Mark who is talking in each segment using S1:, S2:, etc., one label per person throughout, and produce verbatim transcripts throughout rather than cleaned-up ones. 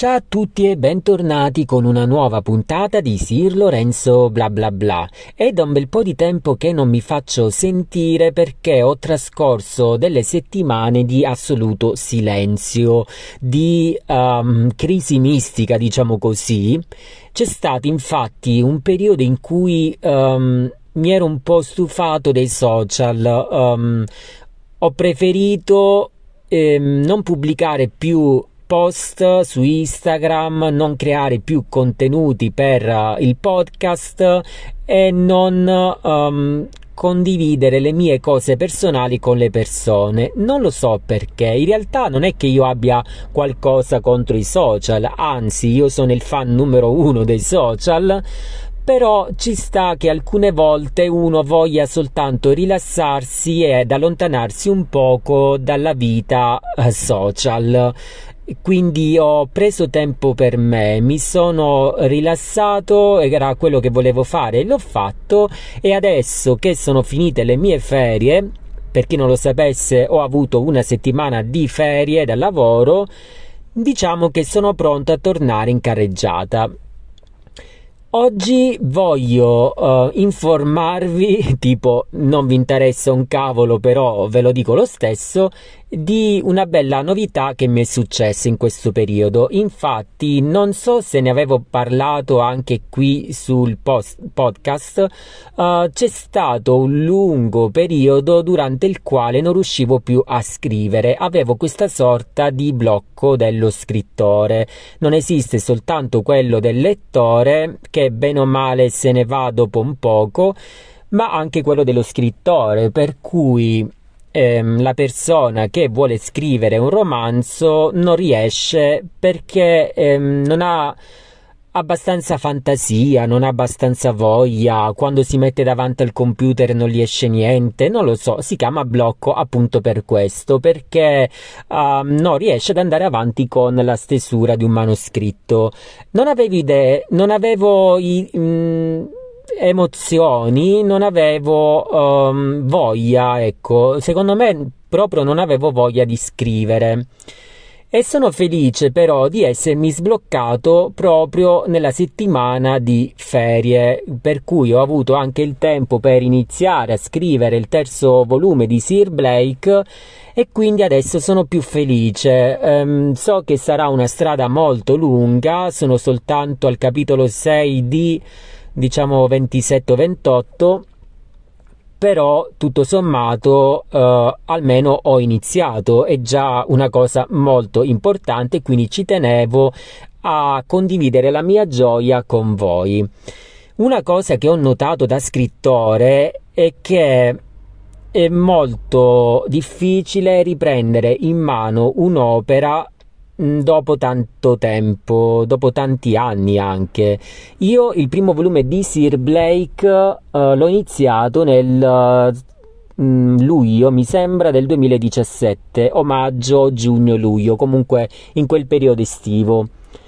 S1: Ciao a tutti e bentornati con una nuova puntata di Sir Lorenzo bla bla bla. È da un bel po' di tempo che non mi faccio sentire perché ho trascorso delle settimane di assoluto silenzio, di um, crisi mistica, diciamo così. C'è stato infatti un periodo in cui um, mi ero un po' stufato dei social, um, ho preferito ehm, non pubblicare più post su Instagram, non creare più contenuti per uh, il podcast e non um, condividere le mie cose personali con le persone. Non lo so perché, in realtà non è che io abbia qualcosa contro i social, anzi io sono il fan numero uno dei social, però ci sta che alcune volte uno voglia soltanto rilassarsi ed allontanarsi un poco dalla vita uh, social. Quindi ho preso tempo per me, mi sono rilassato, era quello che volevo fare, l'ho fatto e adesso che sono finite le mie ferie, per chi non lo sapesse ho avuto una settimana di ferie dal lavoro, diciamo che sono pronto a tornare in carreggiata. Oggi voglio uh, informarvi, tipo non vi interessa un cavolo però ve lo dico lo stesso, di una bella novità che mi è successa in questo periodo. Infatti non so se ne avevo parlato anche qui sul post- podcast, uh, c'è stato un lungo periodo durante il quale non riuscivo più a scrivere, avevo questa sorta di blocco dello scrittore. Non esiste soltanto quello del lettore che bene o male se ne va dopo un poco, ma anche quello dello scrittore, per cui ehm, la persona che vuole scrivere un romanzo non riesce perché ehm, non ha abbastanza fantasia, non ha abbastanza voglia, quando si mette davanti al computer non gli esce niente, non lo so, si chiama blocco appunto per questo, perché uh, non riesce ad andare avanti con la stesura di un manoscritto. Non avevo idee, non avevo i, mh, emozioni, non avevo um, voglia, ecco, secondo me proprio non avevo voglia di scrivere. E sono felice però di essermi sbloccato proprio nella settimana di ferie, per cui ho avuto anche il tempo per iniziare a scrivere il terzo volume di Sir Blake e quindi adesso sono più felice. Um, so che sarà una strada molto lunga, sono soltanto al capitolo sei di, diciamo, ventisette o ventotto, però tutto sommato eh, almeno ho iniziato, è già una cosa molto importante, quindi ci tenevo a condividere la mia gioia con voi. Una cosa che ho notato da scrittore è che è molto difficile riprendere in mano un'opera dopo tanto tempo, dopo tanti anni anche. Io il primo volume di Sir Blake uh, l'ho iniziato nel uh, luglio, mi sembra, del duemiladiciassette, o maggio, giugno, luglio, comunque in quel periodo estivo.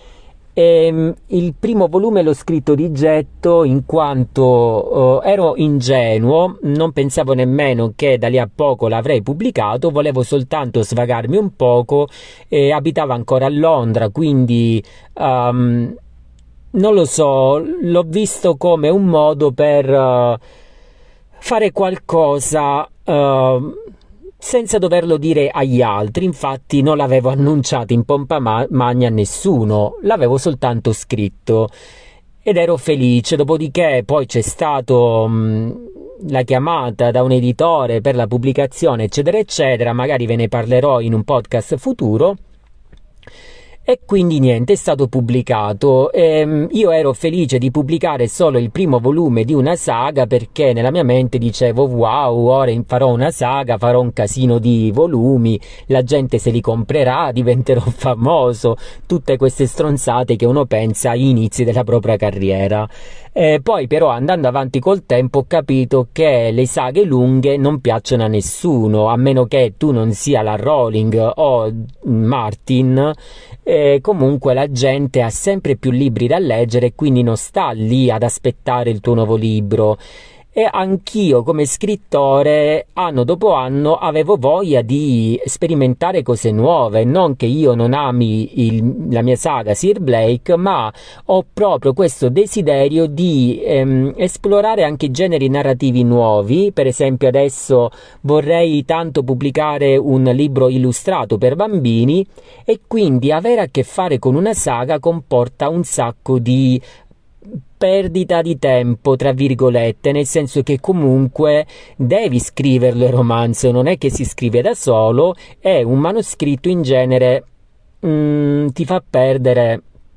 S1: E, il primo volume l'ho scritto di getto in quanto uh, ero ingenuo, non pensavo nemmeno che da lì a poco l'avrei pubblicato, volevo soltanto svagarmi un poco e abitavo ancora a Londra, quindi um, non lo so, l'ho visto come un modo per uh, fare qualcosa uh, senza doverlo dire agli altri. Infatti non l'avevo annunciato in pompa ma- magna a nessuno, l'avevo soltanto scritto ed ero felice. Dopodiché poi c'è stato mh, la chiamata da un editore per la pubblicazione eccetera eccetera, magari ve ne parlerò in un podcast futuro. E quindi niente, è stato pubblicato. Ehm, io ero felice di pubblicare solo il primo volume di una saga perché nella mia mente dicevo wow, ora farò una saga, farò un casino di volumi, la gente se li comprerà, diventerò famoso, tutte queste stronzate che uno pensa agli inizi della propria carriera. Eh, poi però andando avanti col tempo ho capito che le saghe lunghe non piacciono a nessuno, a meno che tu non sia la Rowling o Martin. E comunque la gente ha sempre più libri da leggere e quindi non sta lì ad aspettare il tuo nuovo libro. e anch'io come scrittore anno dopo anno avevo voglia di sperimentare cose nuove, non che io non ami il, la mia saga Sir Blake, ma ho proprio questo desiderio di ehm, esplorare anche generi narrativi nuovi. Per esempio adesso vorrei tanto pubblicare un libro illustrato per bambini, e quindi avere a che fare con una saga comporta un sacco di perdita di tempo, tra virgolette, nel senso che comunque devi scriverlo il romanzo, non è che si scrive da solo, e un manoscritto in genere mm, ti fa perdere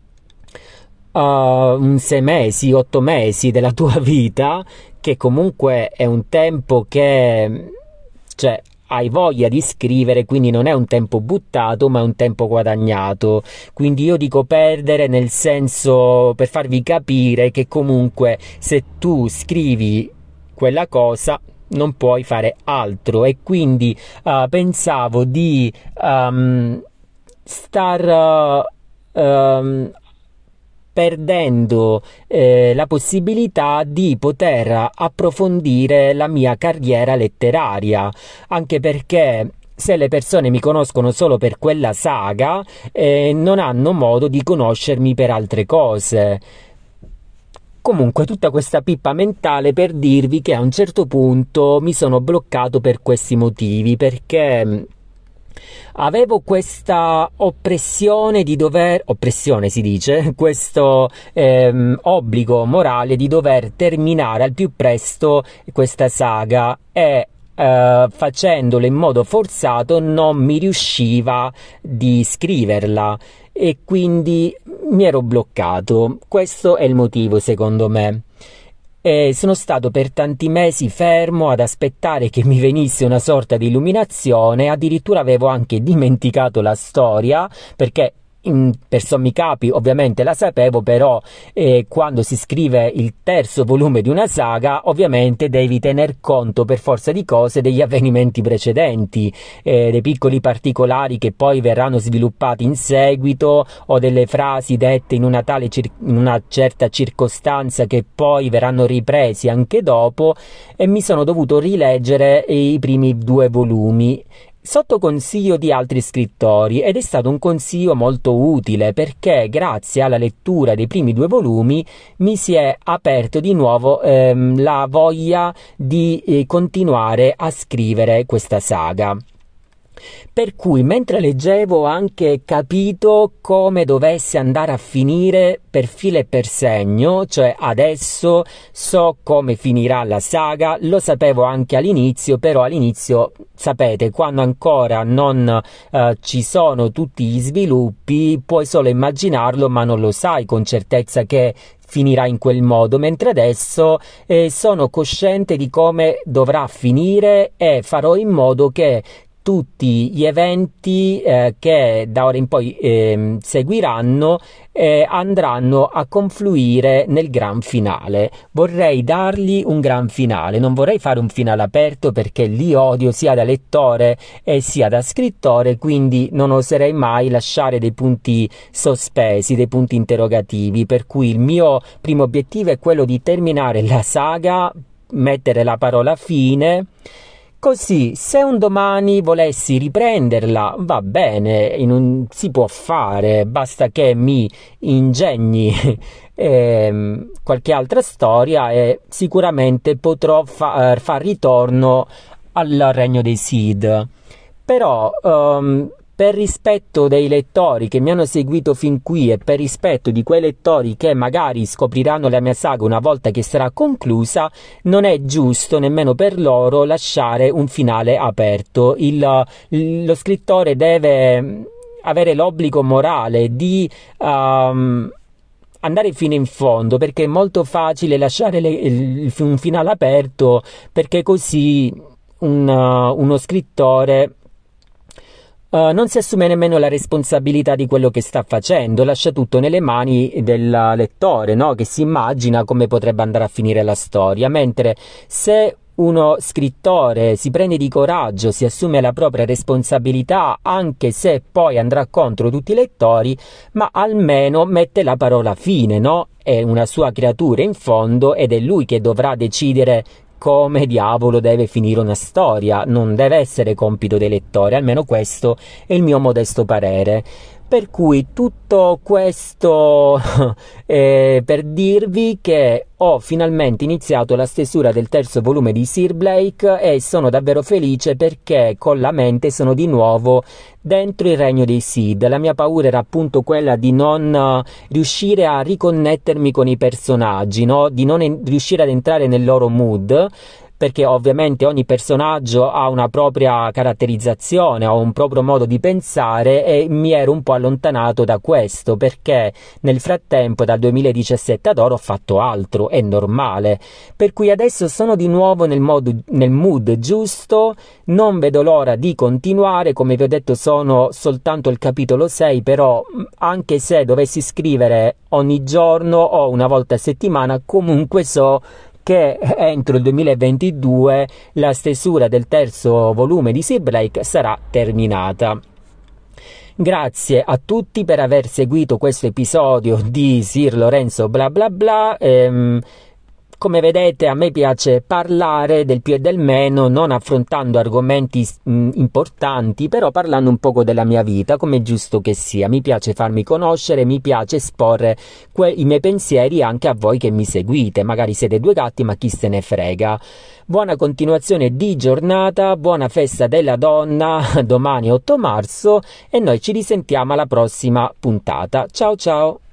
S1: uh, un sei mesi, otto mesi della tua vita, che comunque è un tempo che, cioè, hai voglia di scrivere, quindi non è un tempo buttato, ma è un tempo guadagnato. Quindi io dico perdere nel senso, per farvi capire che comunque se tu scrivi quella cosa non puoi fare altro, e quindi uh, pensavo di um, star uh, um, perdendo eh, la possibilità di poter approfondire la mia carriera letteraria, anche perché se le persone mi conoscono solo per quella saga, eh, non hanno modo di conoscermi per altre cose. Comunque, tutta questa pippa mentale per dirvi che a un certo punto mi sono bloccato per questi motivi, perché avevo questa oppressione di dover, oppressione si dice, questo ehm, obbligo morale di dover terminare al più presto questa saga, e Uh, facendolo in modo forzato non mi riusciva di scriverla, e quindi mi ero bloccato. Questo è il motivo, secondo me. E sono stato per tanti mesi fermo ad aspettare che mi venisse una sorta di illuminazione. Addirittura avevo anche dimenticato la storia, perché in, per sommi capi ovviamente la sapevo, però eh, quando si scrive il terzo volume di una saga ovviamente devi tener conto per forza di cose degli avvenimenti precedenti, eh, dei piccoli particolari che poi verranno sviluppati in seguito, o delle frasi dette in una tale cir- in una certa circostanza che poi verranno ripresi anche dopo, e mi sono dovuto rileggere i primi due volumi sotto consiglio di altri scrittori, ed è stato un consiglio molto utile, perché grazie alla lettura dei primi due volumi mi si è aperto di nuovo ehm, la voglia di eh, continuare a scrivere questa saga. Per cui mentre leggevo ho anche capito come dovesse andare a finire per filo e per segno, cioè adesso so come finirà la saga, lo sapevo anche all'inizio, però all'inizio sapete, quando ancora non eh, ci sono tutti gli sviluppi, puoi solo immaginarlo, ma non lo sai con certezza che finirà in quel modo, mentre adesso eh, sono cosciente di come dovrà finire, e farò in modo che tutti gli eventi eh, che da ora in poi eh, seguiranno eh, andranno a confluire nel gran finale. Vorrei dargli un gran finale, non vorrei fare un finale aperto, perché li odio sia da lettore e sia da scrittore, quindi non oserei mai lasciare dei punti sospesi, dei punti interrogativi, per cui il mio primo obiettivo è quello di terminare la saga, mettere la parola fine. Così, se un domani volessi riprenderla, va bene, in un, si può fare, basta che mi ingegni eh, qualche altra storia, e sicuramente potrò fa, eh, far ritorno al Regno dei Sith. Però um, per rispetto dei lettori che mi hanno seguito fin qui, e per rispetto di quei lettori che magari scopriranno la mia saga una volta che sarà conclusa, non è giusto nemmeno per loro lasciare un finale aperto. Il, lo scrittore deve avere l'obbligo morale di um, andare fino in fondo, perché è molto facile lasciare le, il, un finale aperto, perché così un, uh, uno scrittore Uh, non si assume nemmeno la responsabilità di quello che sta facendo, lascia tutto nelle mani del lettore, no? Che si immagina come potrebbe andare a finire la storia, mentre se uno scrittore si prende di coraggio, si assume la propria responsabilità, anche se poi andrà contro tutti i lettori, ma almeno mette la parola fine, no? È una sua creatura in fondo, ed è lui che dovrà decidere come diavolo deve finire una storia, non deve essere compito dei lettori, almeno questo è il mio modesto parere. Per cui tutto questo eh, per dirvi che ho finalmente iniziato la stesura del terzo volume di Sir Blake e sono davvero felice perché con la mente sono di nuovo dentro il regno dei Sid. La mia paura era appunto quella di non uh, riuscire a riconnettermi con i personaggi, no? Di non en- riuscire ad entrare nel loro mood, perché ovviamente ogni personaggio ha una propria caratterizzazione, ha un proprio modo di pensare e mi ero un po' allontanato da questo perché nel frattempo dal duemiladiciassette ad ora ho fatto altro, è normale, per cui adesso sono di nuovo nel, modo, nel mood giusto, non vedo l'ora di continuare, come vi ho detto sono soltanto il capitolo sei, però anche se dovessi scrivere ogni giorno o una volta a settimana comunque so che entro il duemilaventidue la stesura del terzo volume di Sir Blake sarà terminata. Grazie a tutti per aver seguito questo episodio di Sir Lorenzo bla bla bla. Ehm, come vedete a me piace parlare del più e del meno, non affrontando argomenti mh, importanti, però parlando un poco della mia vita, come è giusto che sia. Mi piace farmi conoscere, mi piace esporre que- i miei pensieri anche a voi che mi seguite. Magari siete due gatti, ma chi se ne frega. Buona continuazione di giornata, buona festa della donna, domani otto marzo, e noi ci risentiamo alla prossima puntata. Ciao ciao!